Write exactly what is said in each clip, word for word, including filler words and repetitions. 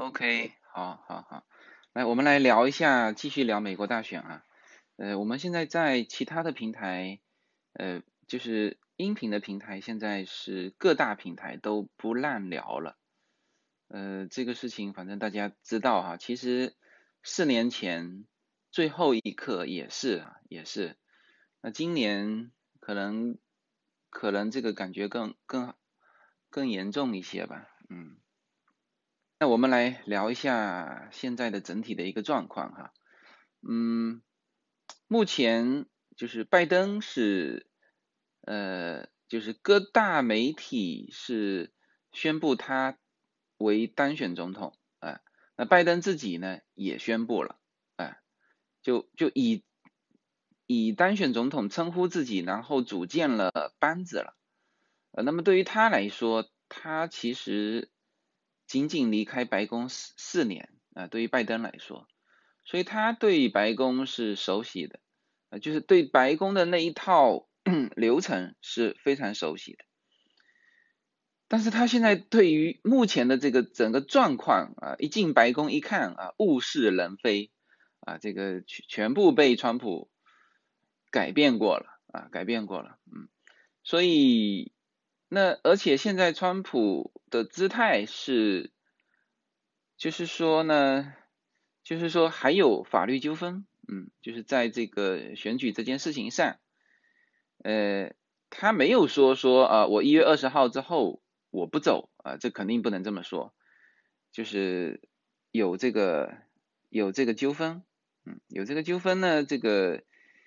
OK，好，好，好，来，我们来聊一下，继续聊美国大选啊。呃，我们现在在其他的平台，呃，就是音频的平台，现在是各大平台都不滥聊了。呃，这个事情反正大家知道哈，其实四年前最后一刻也是啊，也是。那今年可能可能这个感觉更更更严重一些吧，嗯。那我们来聊一下现在的整体的一个状况哈，嗯，目前就是拜登是，呃，就是各大媒体是宣布他为单选总统，啊，那拜登自己呢也宣布了，啊，就就以以单选总统称呼自己，然后组建了班子了。呃，那么对于他来说，他其实仅仅离开白宫四四年啊，对于拜登来说，所以他对白宫是熟悉的，呃，就是对白宫的那一套流程是非常熟悉的。但是他现在对于目前的这个整个状况啊，一进白宫一看啊，物是人非啊，这个全全部被川普改变过了啊，改变过了，嗯，所以那而且现在川普的姿态是，就是说呢，就是说还有法律纠纷，嗯，就是在这个选举这件事情上，呃，他没有说说啊，我一月二十号之后我不走啊，这肯定不能这么说，就是有这个有这个纠纷，嗯，有这个纠纷呢，这个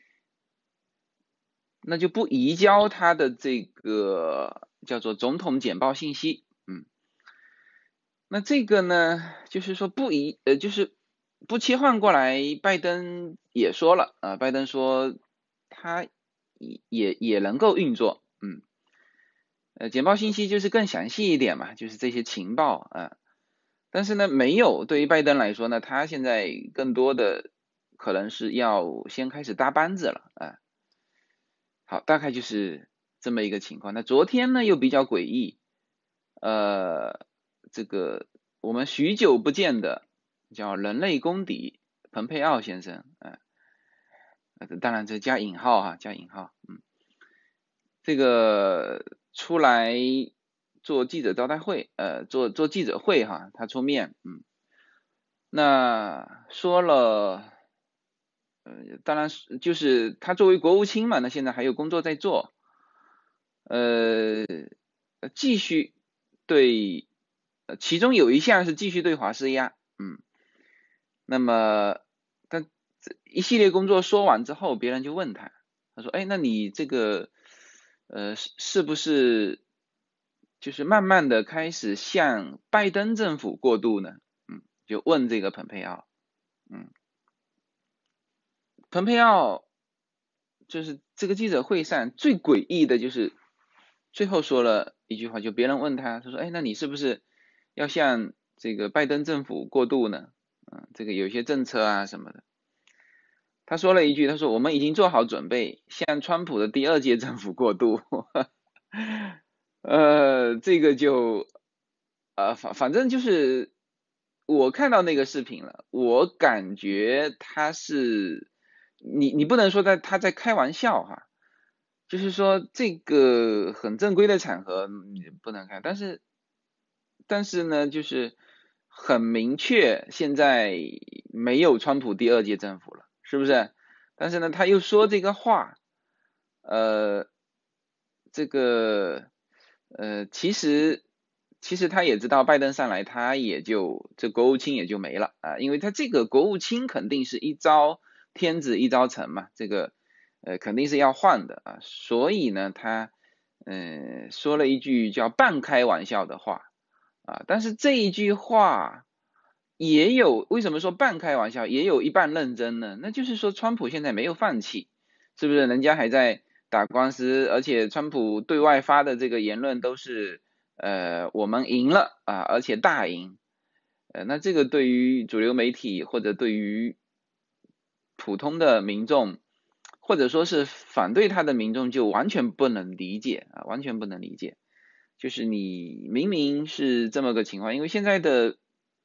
那就不移交他的这个叫做总统简报信息，嗯，那这个呢，就是说不移，呃，就是不切换过来，拜登也说了啊，拜登说他也也也能够运作，嗯，呃，简报信息就是更详细一点嘛，就是这些情报啊，但是呢，没有，对于拜登来说呢，他现在更多的可能是要先开始搭班子了啊。好，大概就是这么一个情况。那昨天呢又比较诡异，呃，这个我们许久不见的叫人类公敌蓬佩奥先生，啊、呃，当然这加引号哈，加引号，嗯，这个出来做记者招待会，呃，做做记者会哈，他出面，嗯，那说了，呃，当然是就是他作为国务卿嘛，那现在还有工作在做，呃，继续对，呃，其中有一项是继续对华施压，嗯，那么但这一系列工作说完之后，别人就问他，他说，哎，那你这个，呃，是是不是就是慢慢的开始向拜登政府过渡呢？嗯，就问这个蓬佩奥，嗯，蓬佩奥就是这个记者会上最诡异的就是最后说了一句话，就别人问他，他说：“哎，那你是不是要向这个拜登政府过渡呢？嗯，这个有些政策啊什么的。”他说了一句，他说：“我们已经做好准备向川普的第二届政府过渡。呃，这个就呃反反正就是我看到那个视频了，我感觉他是你你不能说在他在开玩笑哈，就是说这个很正规的场合你不能看，但是但是呢，就是很明确，现在没有川普第二届政府了，是不是？但是呢，他又说这个话，呃，这个呃，其实其实他也知道拜登上来，他也就这国务卿也就没了啊，因为他这个国务卿肯定是一朝天子一朝臣嘛，这个呃肯定是要换的啊，所以呢，他嗯、呃、说了一句叫半开玩笑的话啊，但是这一句话也有为什么说半开玩笑，也有一半认真呢？那就是说川普现在没有放弃，是不是？人家还在打官司，而且川普对外发的这个言论都是，呃，我们赢了啊，而且大赢。呃，那这个对于主流媒体或者对于普通的民众，或者说是反对他的民众，就完全不能理解啊，完全不能理解。就是你明明是这么个情况，因为现在的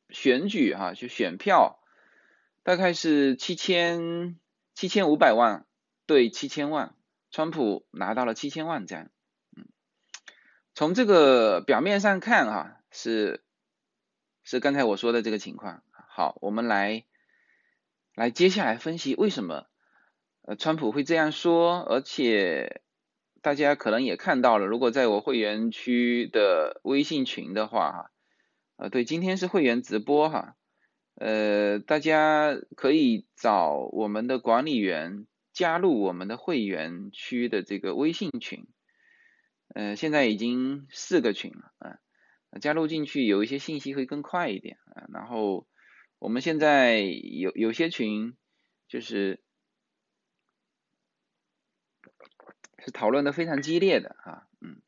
选举哈、啊，就选票大概是七千七千五百万对七千万，川普拿到了七千万张。嗯，从这个表面上看哈、啊，是是刚才我说的这个情况。好，我们来来接下来分析为什么呃川普会这样说，而且大家可能也看到了，如果在我会员区的微信群的话哈，呃对，今天是会员直播哈，呃大家可以找我们的管理员加入我们的会员区的这个微信群，呃现在已经四个群了啊。加入进去有一些信息会更快一点啊，然后我们现在有有些群就是是讨论的非常激烈的啊，嗯，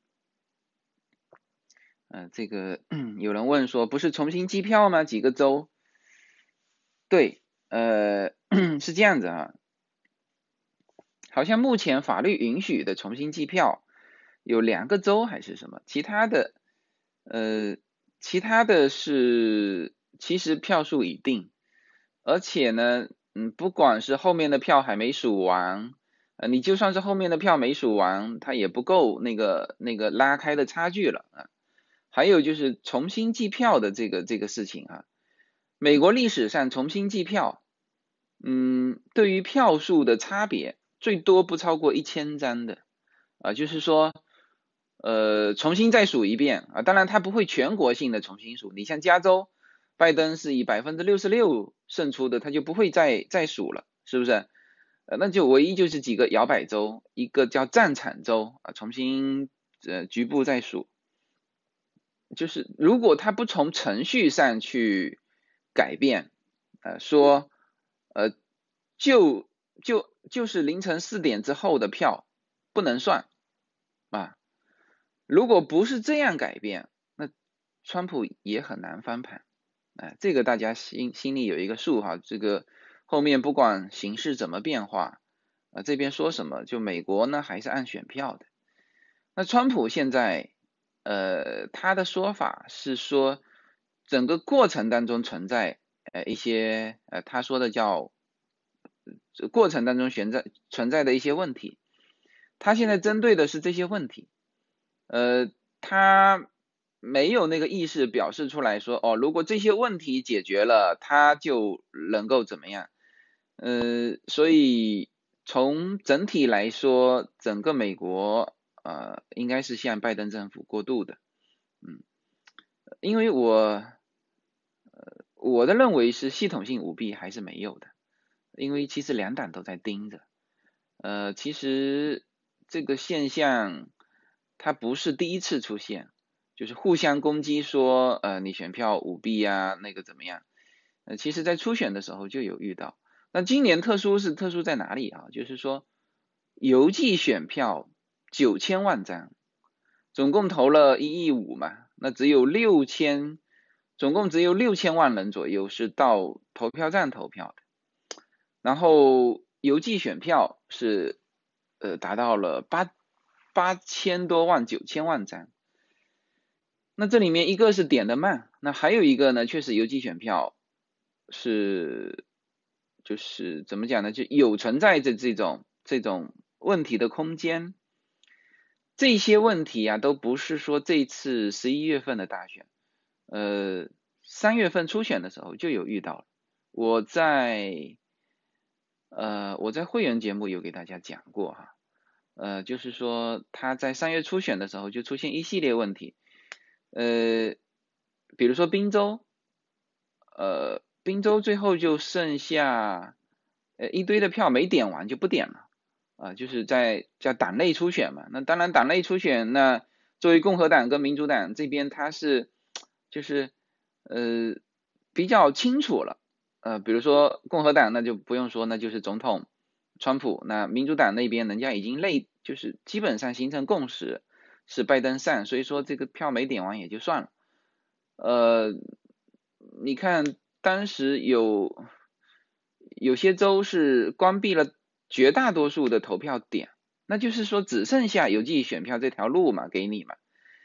呃，这个有人问说不是重新计票吗？几个州？对，呃，是这样子啊，好像目前法律允许的重新计票有两个州还是什么，其他的呃，其他的是其实票数已定。而且呢，嗯，不管是后面的票还没数完，呃，你就算是后面的票没数完，它也不够那个那个拉开的差距了啊。还有就是重新计票的这个这个事情啊，美国历史上重新计票，嗯，对于票数的差别最多不超过一千张的啊，就是说，呃，重新再数一遍啊，当然它不会全国性的重新数，你像加州。拜登是以百分之六十六胜出的，他就不会再再数了，是不是？呃，那就唯一就是几个摇摆州，一个叫战场州啊，重新呃局部再数。就是如果他不从程序上去改变，呃，说呃就就就是凌晨四点之后的票不能算啊，如果不是这样改变，那川普也很难翻盘。哎，这个大家心心里有一个数哈，这个后面不管形势怎么变化，啊这边说什么，就美国呢还是按选票的。那川普现在，呃，他的说法是说，整个过程当中存在呃一些呃他说的叫过程当中存在存在的一些问题，他现在针对的是这些问题。呃，他没有那个意识表示出来说，哦，如果这些问题解决了，他就能够怎么样？呃，所以从整体来说，整个美国呃应该是向拜登政府过渡的，嗯，因为我呃我的认为是系统性舞弊还是没有的，因为其实两党都在盯着，呃，其实这个现象它不是第一次出现，就是互相攻击说，呃，你选票舞弊啊，那个怎么样？呃，其实在初选的时候就有遇到。那今年特殊是特殊在哪里啊？就是说邮寄选票九千万张，总共投了一亿五嘛，那只有六千，总共只有六千万人左右是到投票站投票的。然后邮寄选票是呃达到了八八千多万九千万张，那这里面一个是点的慢，那还有一个呢，确实邮寄选票是就是怎么讲呢，就有存在着这种这种问题的空间。这些问题啊，都不是说这次十一月份的大选，呃，三月份初选的时候就有遇到了。我在呃，我在会员节目有给大家讲过哈，呃，就是说他在三月初选的时候就出现一系列问题，呃，比如说宾州，呃，宾州最后就剩下呃一堆的票没点完就不点了，啊、就是在叫党内初选嘛，那当然党内初选，那作为共和党跟民主党这边他是就是呃比较清楚了。呃，比如说共和党那就不用说，那就是总统川普，那民主党那边人家已经类就是基本上形成共识是拜登上，所以说这个票没点完也就算了。呃，你看当时有有些州是关闭了绝大多数的投票点，那就是说只剩下邮寄选票这条路嘛，给你嘛。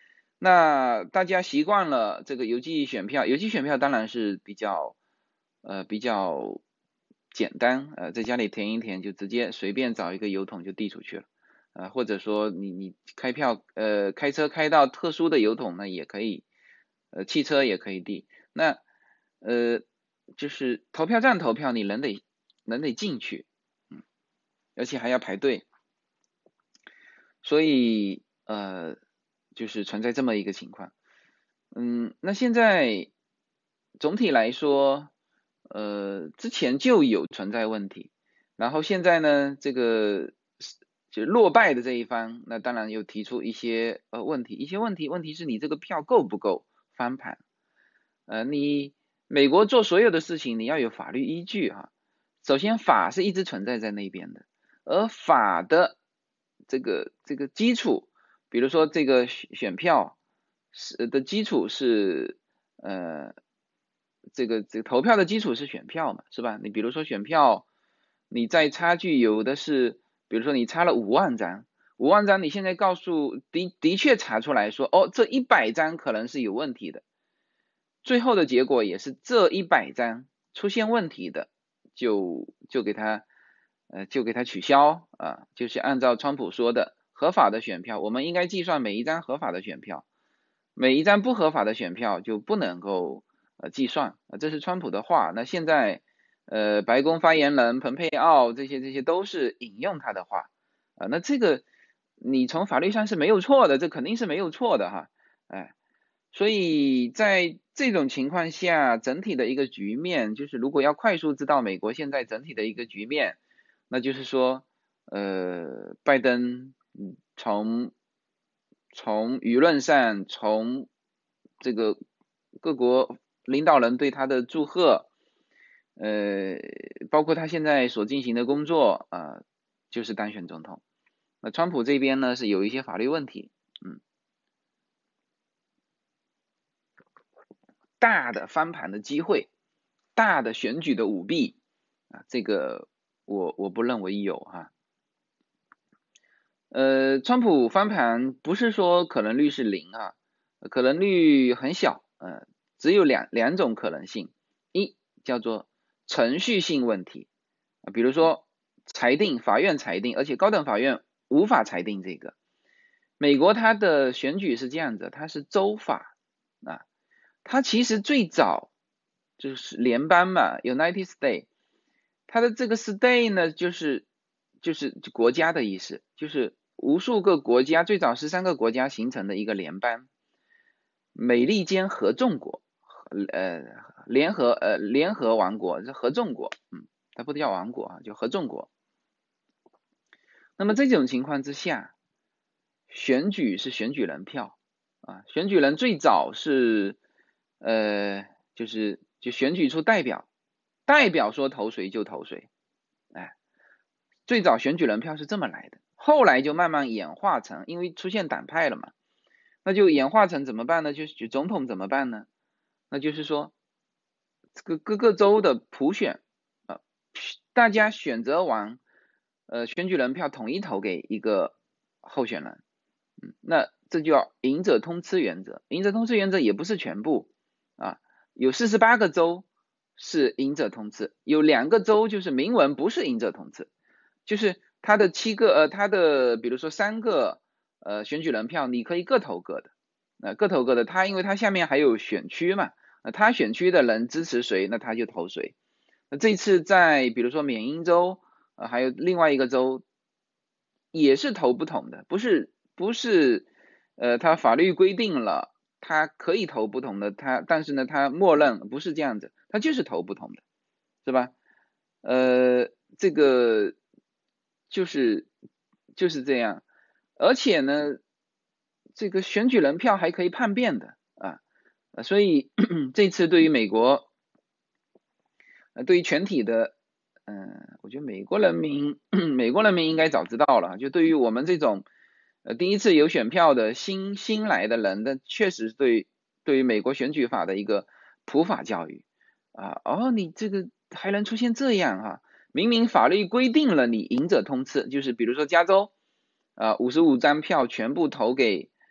那大家习惯了这个邮寄选票，邮寄选票当然是比较呃比较简单，呃在家里填一填就直接随便找一个邮筒就递出去了，呃或者说你你开票呃开车开到特殊的邮筒呢也可以，呃汽车也可以递。那呃就是投票站投票你人得人得进去，嗯，而且还要排队，所以呃就是存在这么一个情况。嗯，那现在总体来说，呃，之前就有存在问题，然后现在呢，这个就落败的这一方，那当然又提出一些呃问题，一些问题，问题是你这个票够不够翻盘？呃，你美国做所有的事情，你要有法律依据哈。首先，法是一直存在在那边的，而法的这个这个基础，比如说这个选选票是的基础是呃这个这个投票的基础是选票嘛，是吧？你比如说选票，你在差距有的是，比如说你差了五万张，五万张你现在告诉的的确查出来说，哦，这一百张可能是有问题的。最后的结果也是这一百张出现问题的，就就给他呃就给他取消啊，就是按照川普说的合法的选票，我们应该计算每一张合法的选票，每一张不合法的选票就不能够呃计算啊，这是川普的话。那现在呃白宫发言人蓬佩奥这些这些都是引用他的话啊，那这个你从法律上是没有错的，这肯定是没有错的哈，哎。所以在这种情况下，整体的一个局面就是，如果要快速知道美国现在整体的一个局面，那就是说，呃，拜登嗯从从舆论上，从这个各国领导人对他的祝贺，呃，包括他现在所进行的工作啊，呃就是当选总统。那川普这边呢是有一些法律问题，嗯。大的翻盘的机会，大的选举的舞弊啊，这个我我不认为有哈。呃，川普翻盘不是说可能率是零啊，可能率很小，呃，只有两两种可能性，一叫做程序性问题啊，比如说裁定，法院裁定，而且高等法院无法裁定这个。美国它的选举是这样子，它是州法啊。它其实最早就是联邦嘛，United States，它的这个 state 呢，就是就是国家的意思，就是无数个国家，最早十三个国家形成的一个联邦，美利坚合众国，呃，联合呃联合王国是合众国，嗯，它不叫王国啊，就合众国。那么这种情况之下，选举是选举人票啊，选举人最早是呃，就是就选举出代表，代表说投谁就投谁，哎，最早选举人票是这么来的，后来就慢慢演化成，因为出现党派了嘛，那就演化成怎么办呢？就是总统怎么办呢？那就是说，这个各个州的普选啊，大家选择完，呃，选举人票统一投给一个候选人，嗯，那这就叫赢者通吃原则。赢者通吃原则也不是全部啊，有四十八个州是赢者通吃，有两个州就是明文不是赢者通吃，就是他的七个呃，他的比如说三个呃选举人票，你可以各投各的，呃各投各的。他因为他下面还有选区嘛，呃他选区的人支持谁，那他就投谁。那这次在比如说缅因州，呃还有另外一个州也是投不同的，不是不是呃他法律规定了他可以投不同的，他但是呢他默认不是这样子，他就是投不同的，是吧？呃，这个就是就是这样，而且呢，这个选举人票还可以叛变的啊，呃所以这次对于美国，呃，对于全体的，嗯、我觉得美国人民，美国人民应该早知道了，就对于我们这种，呃，第一次有选票的新新来的人，那确实对对于美国选举法的一个普法教育啊，哦，你这个还能出现这样哈、明明法律规定了你赢者通吃，就是比如说加州，啊，五十五张票全部投给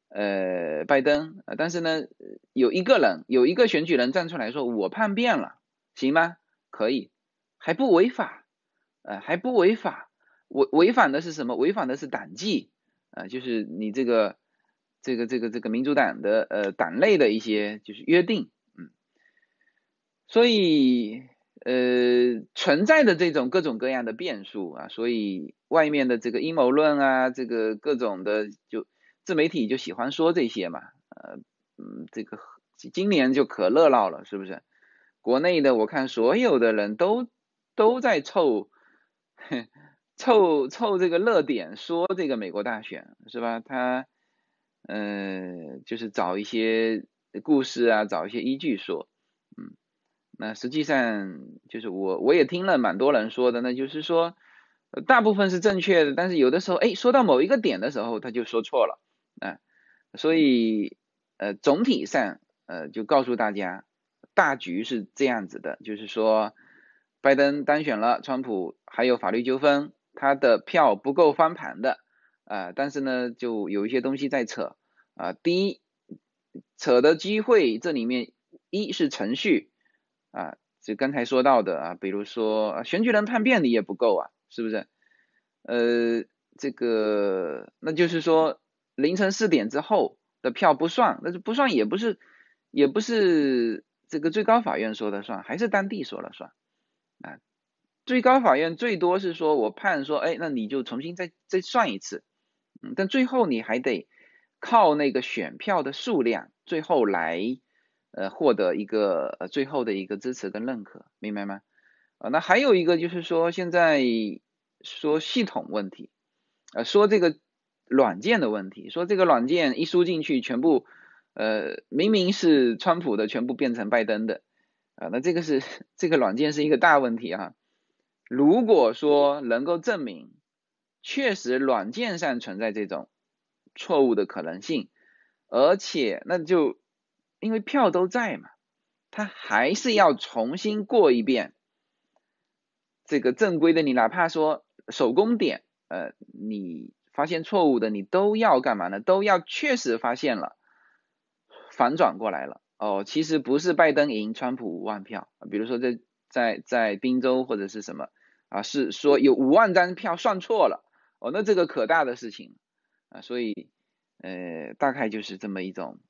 呃拜登，呃但是呢有一个人有一个选举人站出来说我叛变了，行吗？可以，还不违法，呃还不违法，违违反的是什么？违反的是党纪，呃就是你这个这个这个这个民主党的呃党内的一些就是约定，嗯，所以呃存在的这种各种各样的变数啊，所以外面的这个阴谋论啊，这个各种的就自媒体就喜欢说这些嘛，呃嗯这个今年就可热闹了，是不是？国内的我看所有的人都都在凑凑凑这个热点，说这个美国大选是吧？他呃就是找一些故事啊，找一些依据说，嗯。那实际上就是我我也听了蛮多人说的，那就是说，呃大部分是正确的，但是有的时候，哎，说到某一个点的时候，他就说错了，啊，所以呃总体上呃就告诉大家，大局是这样子的，就是说，拜登当选了，川普还有法律纠纷，他的票不够翻盘的，啊，但是呢，就有一些东西在扯，啊，第一，扯的机会这里面一是程序。啊，就刚才说到的啊，比如说啊选举人叛变你也不够啊，是不是？呃，这个那就是说凌晨四点之后的票不算，那就不算也不是也不是这个最高法院说了算，还是当地说了算啊。最高法院最多是说我判说，哎，那你就重新再再算一次，嗯，但最后你还得靠那个选票的数量，最后来呃获得一个呃最后的一个支持跟认可，明白吗？啊，那还有一个就是说现在说系统问题，呃，说这个软件的问题，说这个软件一输进去，全部呃明明是川普的，全部变成拜登的，啊，那这个是这个软件是一个大问题啊。如果说能够证明确实软件上存在这种错误的可能性，而且那就因为票都在嘛，他还是要重新过一遍这个正规的，你哪怕说手工点，呃，你发现错误的，你都要干嘛呢？都要确实发现了，反转过来了。哦，其实不是拜登赢川普五万票，比如说在在在宾州或者是什么啊，是说有五万张票算错了。哦，那这个可大的事情啊，所以呃，大概就是这么一种，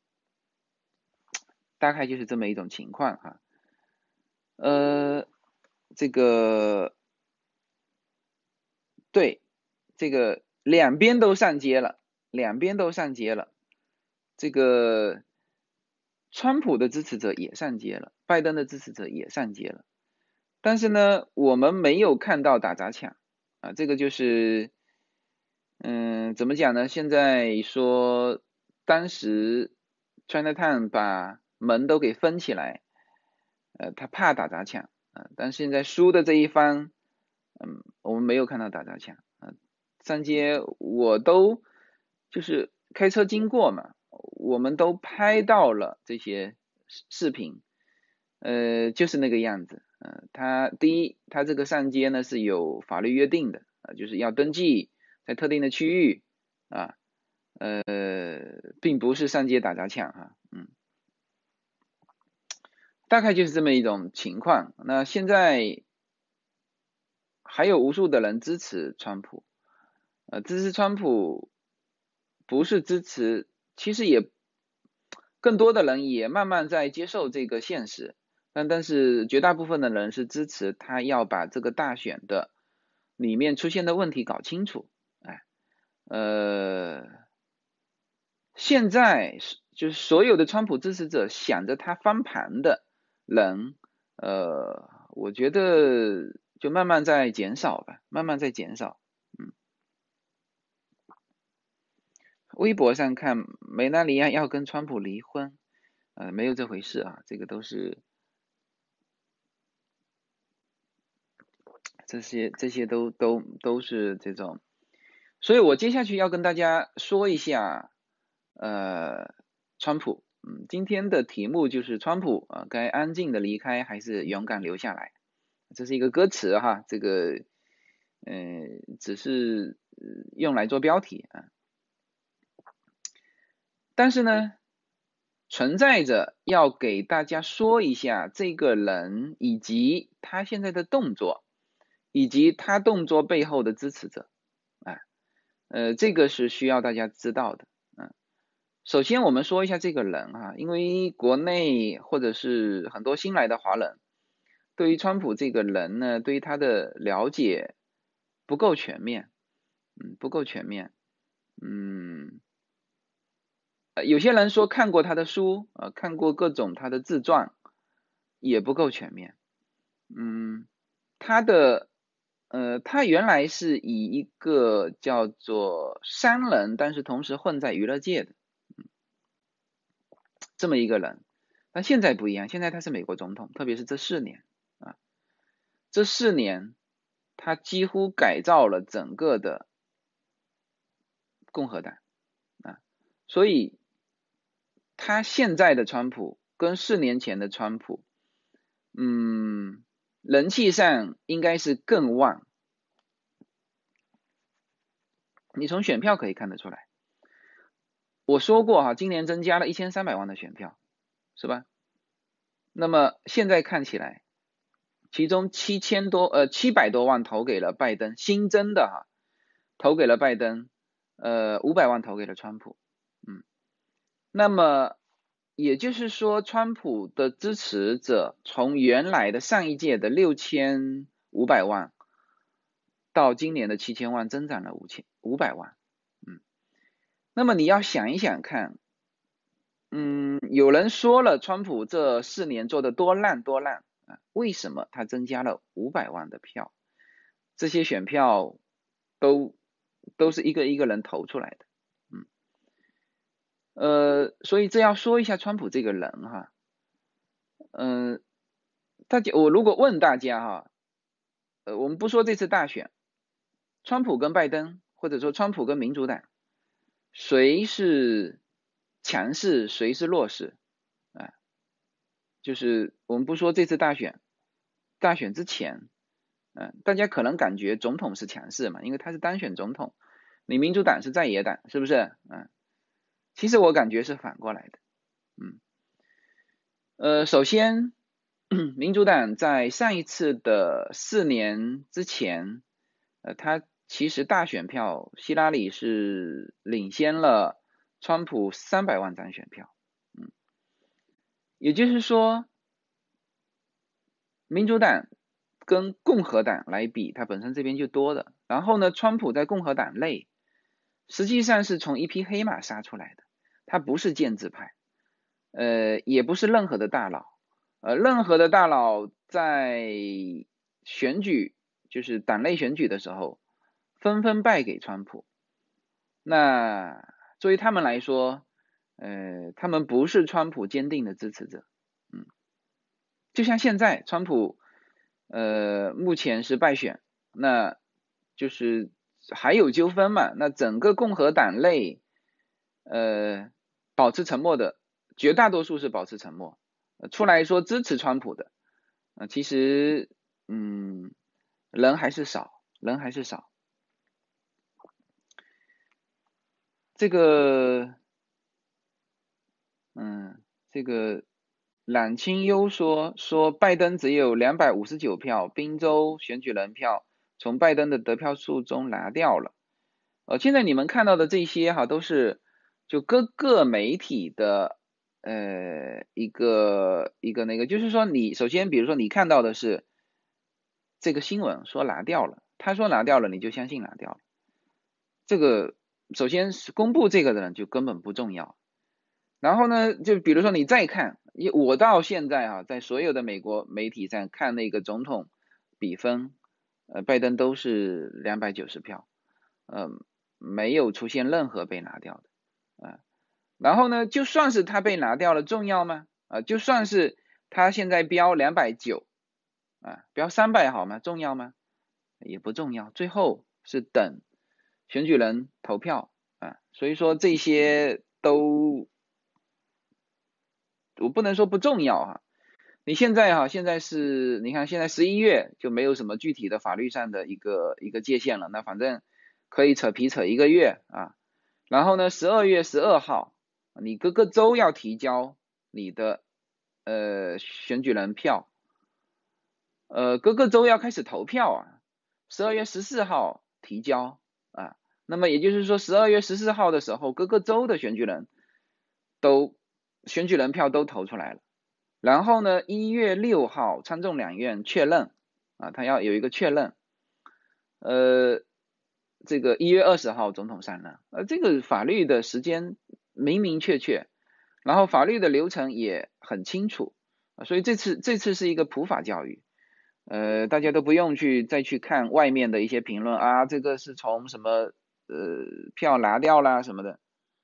大概就是这么一种情况哈。呃，这个对，这个两边都上街了，两边都上街了。这个川普的支持者也上街了，拜登的支持者也上街了。但是呢，我们没有看到打砸抢啊，这个就是，嗯，怎么讲呢？现在说当时 Chinatown 把门都给封起来，呃，他怕打砸抢啊，但现在输的这一方，嗯，我们没有看到打砸抢啊，上街我都就是开车经过嘛，我们都拍到了这些视视频，呃，就是那个样子。呃，他第一，他这个上街呢是有法律约定的啊，就是要登记在特定的区域啊，呃，并不是上街打砸抢哈，嗯，大概就是这么一种情况。那现在还有无数的人支持川普，呃，支持川普不是支持，其实也更多的人也慢慢在接受这个现实，但但是绝大部分的人是支持他要把这个大选的里面出现的问题搞清楚，哎，呃，现在就是所有的川普支持者想着他翻盘的人，呃，我觉得就慢慢在减少吧，慢慢在减少。嗯，微博上看梅拉尼亚要跟川普离婚，呃，没有这回事啊，这个都是这些这些都都都是这种，所以我接下去要跟大家说一下，呃，川普，嗯，今天的题目就是川普啊，该安静的离开还是勇敢留下来？这是一个歌词哈，这个，呃，只是呃用来做标题啊。 但是呢，存在着要给大家说一下这个人以及他现在的动作，以及他动作背后的支持者，哎，呃，这个是需要大家知道的，嗯。首先我们说一下这个人哈，因为国内或者是很多新来的华人，对于川普这个人呢，对于他的了解不够全面，嗯，不够全面，嗯，呃，有些人说看过他的书，呃，看过各种他的自传，也不够全面，嗯，他的，呃，他原来是以一个叫做商人，但是同时混在娱乐界的这么一个人，但现在不一样，现在他是美国总统，特别是这四年啊，这四年他几乎改造了整个的共和党啊，所以他现在的川普跟四年前的川普，嗯，人气上应该是更旺，你从选票可以看得出来。我说过哈，今年增加了一千三百万的选票，是吧？那么现在看起来，其中七千多呃七百多万投给了拜登，新增的哈，投给了拜登，呃五百万投给了川普，嗯，那么也就是说，川普的支持者从原来的上一届的六千五百万，到今年的七千万，增长了五千五百万，嗯，那么你要想一想看。嗯，有人说了，川普这四年做的多烂多烂啊，为什么他增加了五百万的票？这些选票都都是一个一个人投出来的，嗯，呃，所以这要说一下川普这个人哈，嗯、呃，大家我如果问大家哈，呃，我们不说这次大选，川普跟拜登，或者说川普跟民主党，谁是强势，谁是弱势？啊，就是我们不说这次大选，大选之前，嗯、呃，大家可能感觉总统是强势嘛，因为他是当选总统，你民主党是在野党，是不是？嗯、呃，其实我感觉是反过来的，嗯，呃，首先，民主党在上一次的四年之前，呃，他其实大选票希拉里是领先了川普三百万张选票，嗯，也就是说，民主党跟共和党来比，它本身这边就多的。然后呢，川普在共和党内实际上是从一匹黑马杀出来的，他不是建制派，呃，也不是任何的大佬，呃，任何的大佬在选举，就是党内选举的时候，纷纷败给川普。那作为他们来说，呃，他们不是川普坚定的支持者，嗯，就像现在川普。呃，目前是败选，那就是还有纠纷嘛？那整个共和党内，呃，保持沉默的绝大多数是保持沉默，呃出来说支持川普的，呃，其实，嗯，人还是少，人还是少。这个，嗯，这个冉清幽说说拜登只有两百五十九票，宾州选举人票从拜登的得票数中拿掉了。呃，现在你们看到的这些哈，都是就各个媒体的呃一个一个那个，就是说你首先比如说你看到的是这个新闻说拿掉了，他说拿掉了，你就相信拿掉了。这个首先是公布这个的人就根本不重要。然后呢，就比如说你再看，我到现在啊，在所有的美国媒体上看那个总统比分，呃，拜登都是两百九十票，呃，没有出现任何被拿掉的，啊，然后呢，就算是他被拿掉了，重要吗？啊，就算是他现在标两百九，啊，标三百好吗？重要吗？也不重要，最后是等选举人投票啊，所以说这些都。我不能说不重要哈，你现在哈，现在是你看现在十一月就没有什么具体的法律上的一个一个界限了，那反正可以扯皮扯一个月啊，然后呢十二月十二号你各个州要提交你的呃选举人票，呃各个州要开始投票啊，十二月十四号提交啊，那么也就是说十二月十四号的时候，各个州的选举人都选举人票都投出来了，然后呢一月六号参众两院确认啊，他要有一个确认，呃这个一月二十号总统上任，呃这个法律的时间明明确确，然后法律的流程也很清楚，所以这次这次是一个普法教育，呃大家都不用去再去看外面的一些评论啊，这个是从什么呃票拿掉啦什么的，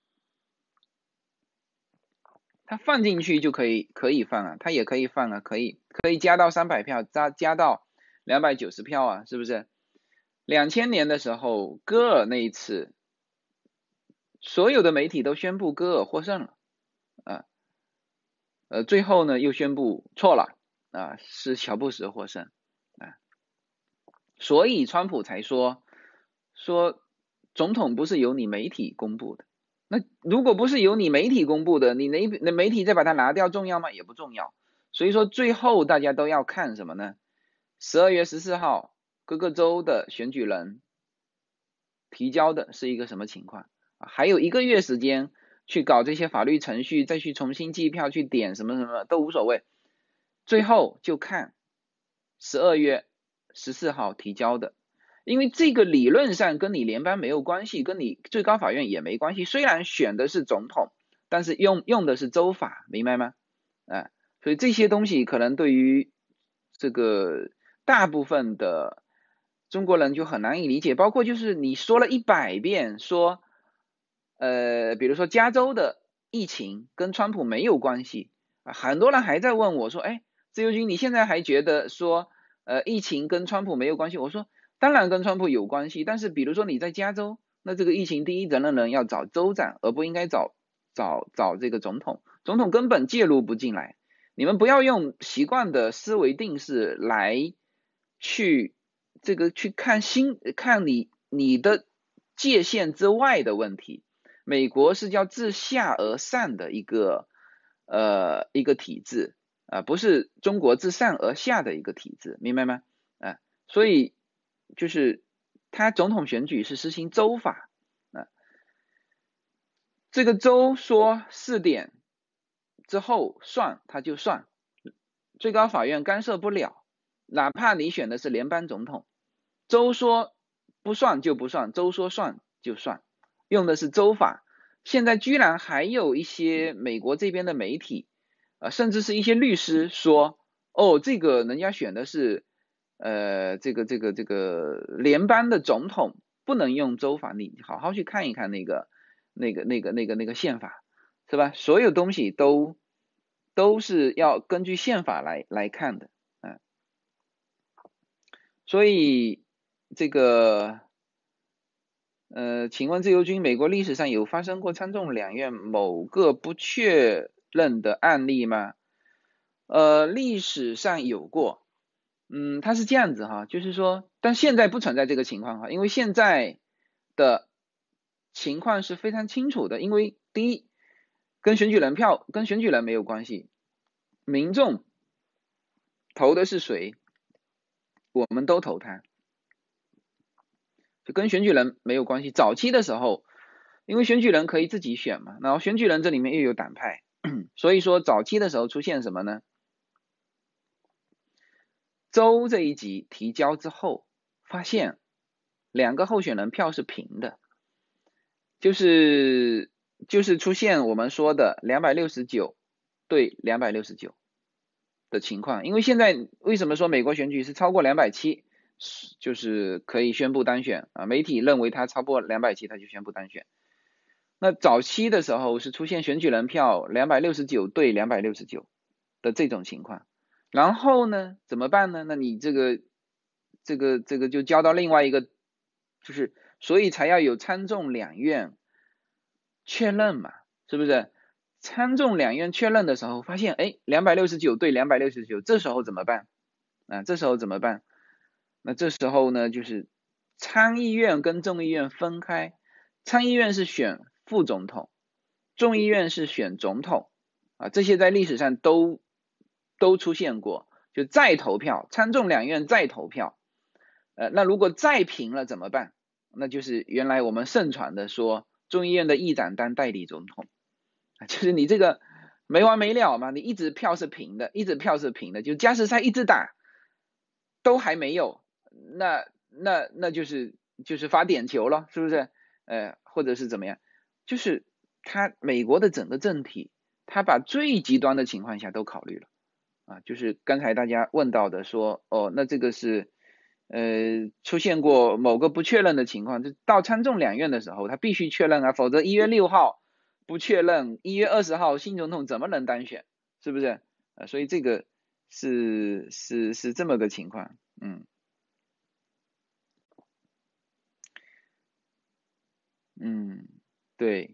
他放进去就可以可以放啊，他也可以放啊，可以可以加到三百票，加加到两百九十票啊，是不是？两千年的时候，戈尔那一次，所有的媒体都宣布戈尔获胜了，啊，呃，最后呢又宣布错了，啊，是乔布斯获胜，啊，所以川普才说说总统不是由你媒体公布的，那如果不是由你媒体公布的，你那那媒体再把它拿掉重要吗？也不重要，所以说最后大家都要看什么呢？十二月十四号各个州的选举人提交的是一个什么情况？还有一个月时间去搞这些法律程序，再去重新计票，去点什么什么都无所谓，最后就看十二月十四号提交的，因为这个理论上跟你联邦没有关系，跟你最高法院也没关系，虽然选的是总统，但是用用的是州法，明白吗？啊，所以这些东西可能对于这个大部分的中国人就很难以理解，包括就是你说了一百遍说，呃，比如说加州的疫情跟川普没有关系啊，很多人还在问我说，哎，自由军你现在还觉得说，呃，疫情跟川普没有关系？我说当然跟川普有关系，但是比如说你在加州，那这个疫情第一责任人要找州长，而不应该找找找这个总统，总统根本介入不进来。你们不要用习惯的思维定式来去这个去看新看你你的界限之外的问题。美国是叫自下而上的一个呃一个体制啊、呃，不是中国自上而下的一个体制，明白吗？啊、呃，所以就是他总统选举是实行州法啊、呃，这个州说四点之后算他就算，最高法院干涉不了，哪怕你选的是联邦总统，州说不算就不算，州说算就算，用的是州法。现在居然还有一些美国这边的媒体，呃，甚至是一些律师说，哦，这个人家选的是，呃，这个这个这个联邦的总统，不能用州法，你好好去看一看那个那个那个那个那个宪法，是吧？所有东西都都是要根据宪法来来看的，啊、呃，所以这个。呃，请问自由军，美国历史上有发生过参众两院某个不确认的案例吗？呃，历史上有过，嗯，它是这样子哈，就是说，但现在不存在这个情况哈，因为现在的情况是非常清楚的，因为第一，跟选举人票跟选举人没有关系，民众投的是谁，我们都投他。就跟选举人没有关系。早期的时候，因为选举人可以自己选嘛，然后选举人这里面又有党派，所以说早期的时候出现什么呢？州这一级提交之后，发现两个候选人票是平的，就是就是出现我们说的两百六十九对两百六十九的情况。因为现在为什么说美国选举是超过两百七？就是可以宣布单选啊，媒体认为他超过两百七，他就宣布单选。那早期的时候是出现选举人票两百六十九对两百六十九的这种情况，然后呢怎么办呢？那你这个这个这个就交到另外一个，就是所以才要有参众两院确认嘛，是不是？参众两院确认的时候发现，哎，两百六十九对两百六十九，这时候怎么办？啊，这时候怎么办？那这时候呢，就是参议院跟众议院分开，参议院是选副总统， 众议院是选总统啊，这些在历史上都都出现过，就再投票，参众两院再投票，呃，那如果再平了怎么办？那就是原来我们盛传的说，众议院的议长当代理总统，就是你这个没完没了嘛，你一直票是平的，一直票是平的，就加时赛一直打，都还没有，那那那就是就是罚点球了，是不是？呃，或者是怎么样？就是他美国的整个政体，他把最极端的情况下都考虑了啊，就是刚才大家问到的说，哦，那这个是呃出现过某个不确认的情况，就到参众两院的时候，他必须确认啊，否则一月六号不确认，一月二十号新总统怎么能当选？是不是？呃，所以这个是是是这么个情况，嗯嗯，对。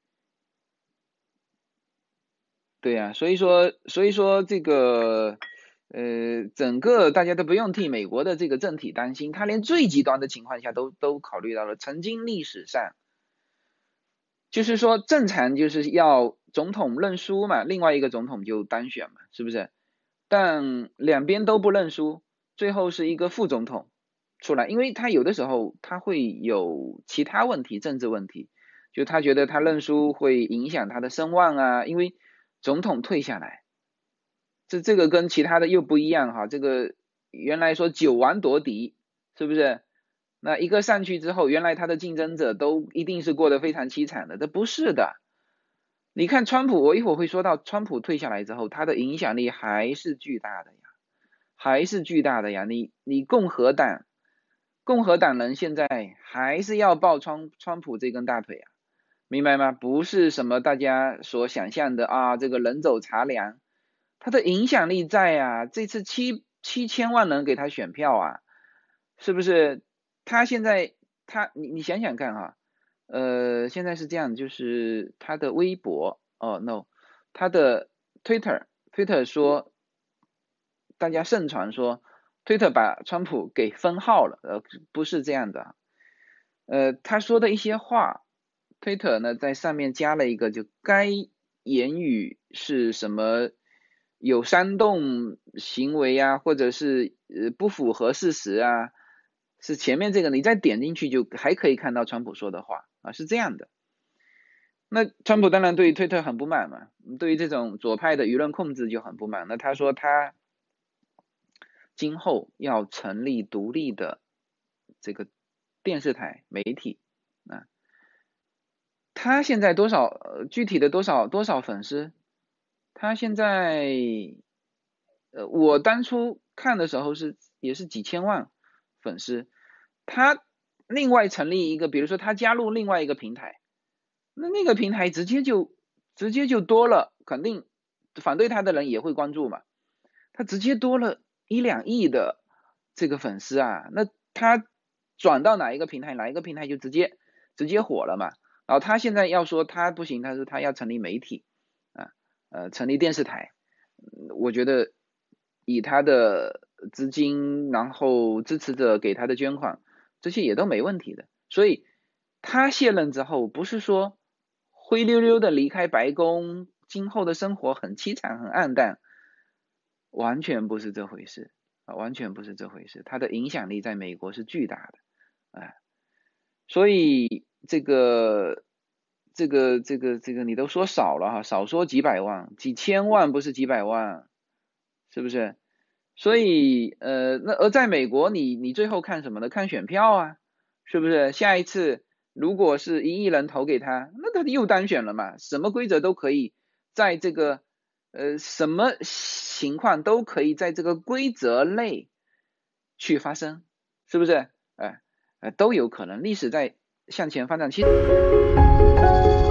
对呀，所以说，所以说这个，呃，整个大家都不用替美国的这个政体担心，他连最极端的情况下都都考虑到了。曾经历史上，就是说正常就是要总统认输嘛，另外一个总统就当选嘛，是不是？但两边都不认输，最后是一个副总统出来，因为他有的时候他会有其他问题，政治问题，就他觉得他认输会影响他的声望啊，因为总统退下来。这这个跟其他的又不一样哈，这个原来说九王夺嫡，是不是？那一个上去之后，原来他的竞争者都一定是过得非常凄惨的，这不是的。你看川普，我一会儿会说到，川普退下来之后，他的影响力还是巨大的呀，还是巨大的呀。你你共和党，共和党人现在还是要抱川川普这根大腿啊，明白吗？不是什么大家所想象的啊，这个人走茶凉。他的影响力在啊，这次七七千万人给他选票啊，是不是？他现在他你你想想看哈，呃，现在是这样，就是他的微博哦 no，他的 Twitter Twitter 说，大家盛传说 Twitter 把川普给封号了，呃，不是这样的，呃，他说的一些话，Twitter 呢在上面加了一个，就该言语是什么有煽动行为啊，或者是呃不符合事实啊，是前面这个你再点进去就还可以看到川普说的话啊，是这样的。那川普当然对于推特很不满嘛，对于这种左派的舆论控制就很不满。那他说他今后要成立独立的这个电视台媒体啊，他现在多少呃具体的多少多少粉丝？他现在呃我当初看的时候是也是几千万粉丝，他另外成立一个，比如说他加入另外一个平台。那那个平台直接就直接就多了，肯定反对他的人也会关注嘛。他直接多了一两亿的这个粉丝啊，那他转到哪一个平台，哪一个平台就直接直接火了嘛。然后他现在要说他不行，他说他要成立媒体啊，呃，成立电视台，我觉得以他的资金，然后支持者给他的捐款，这些也都没问题的。所以他卸任之后，不是说灰溜溜的离开白宫，今后的生活很凄惨很暗淡，完全不是这回事啊，完全不是这回事。他的影响力在美国是巨大的，哎，所以这个这个这个这个你都说少了哈，少说几百万，几千万不是几百万，是不是？所以呃，那而在美国你你最后看什么呢？看选票啊，是不是？下一次如果是一亿人投给他，那他又当选了嘛？什么规则都可以在这个呃什么情况都可以在这个规则内去发生，是不是？哎、呃，都有可能。历史在向前发展，其实。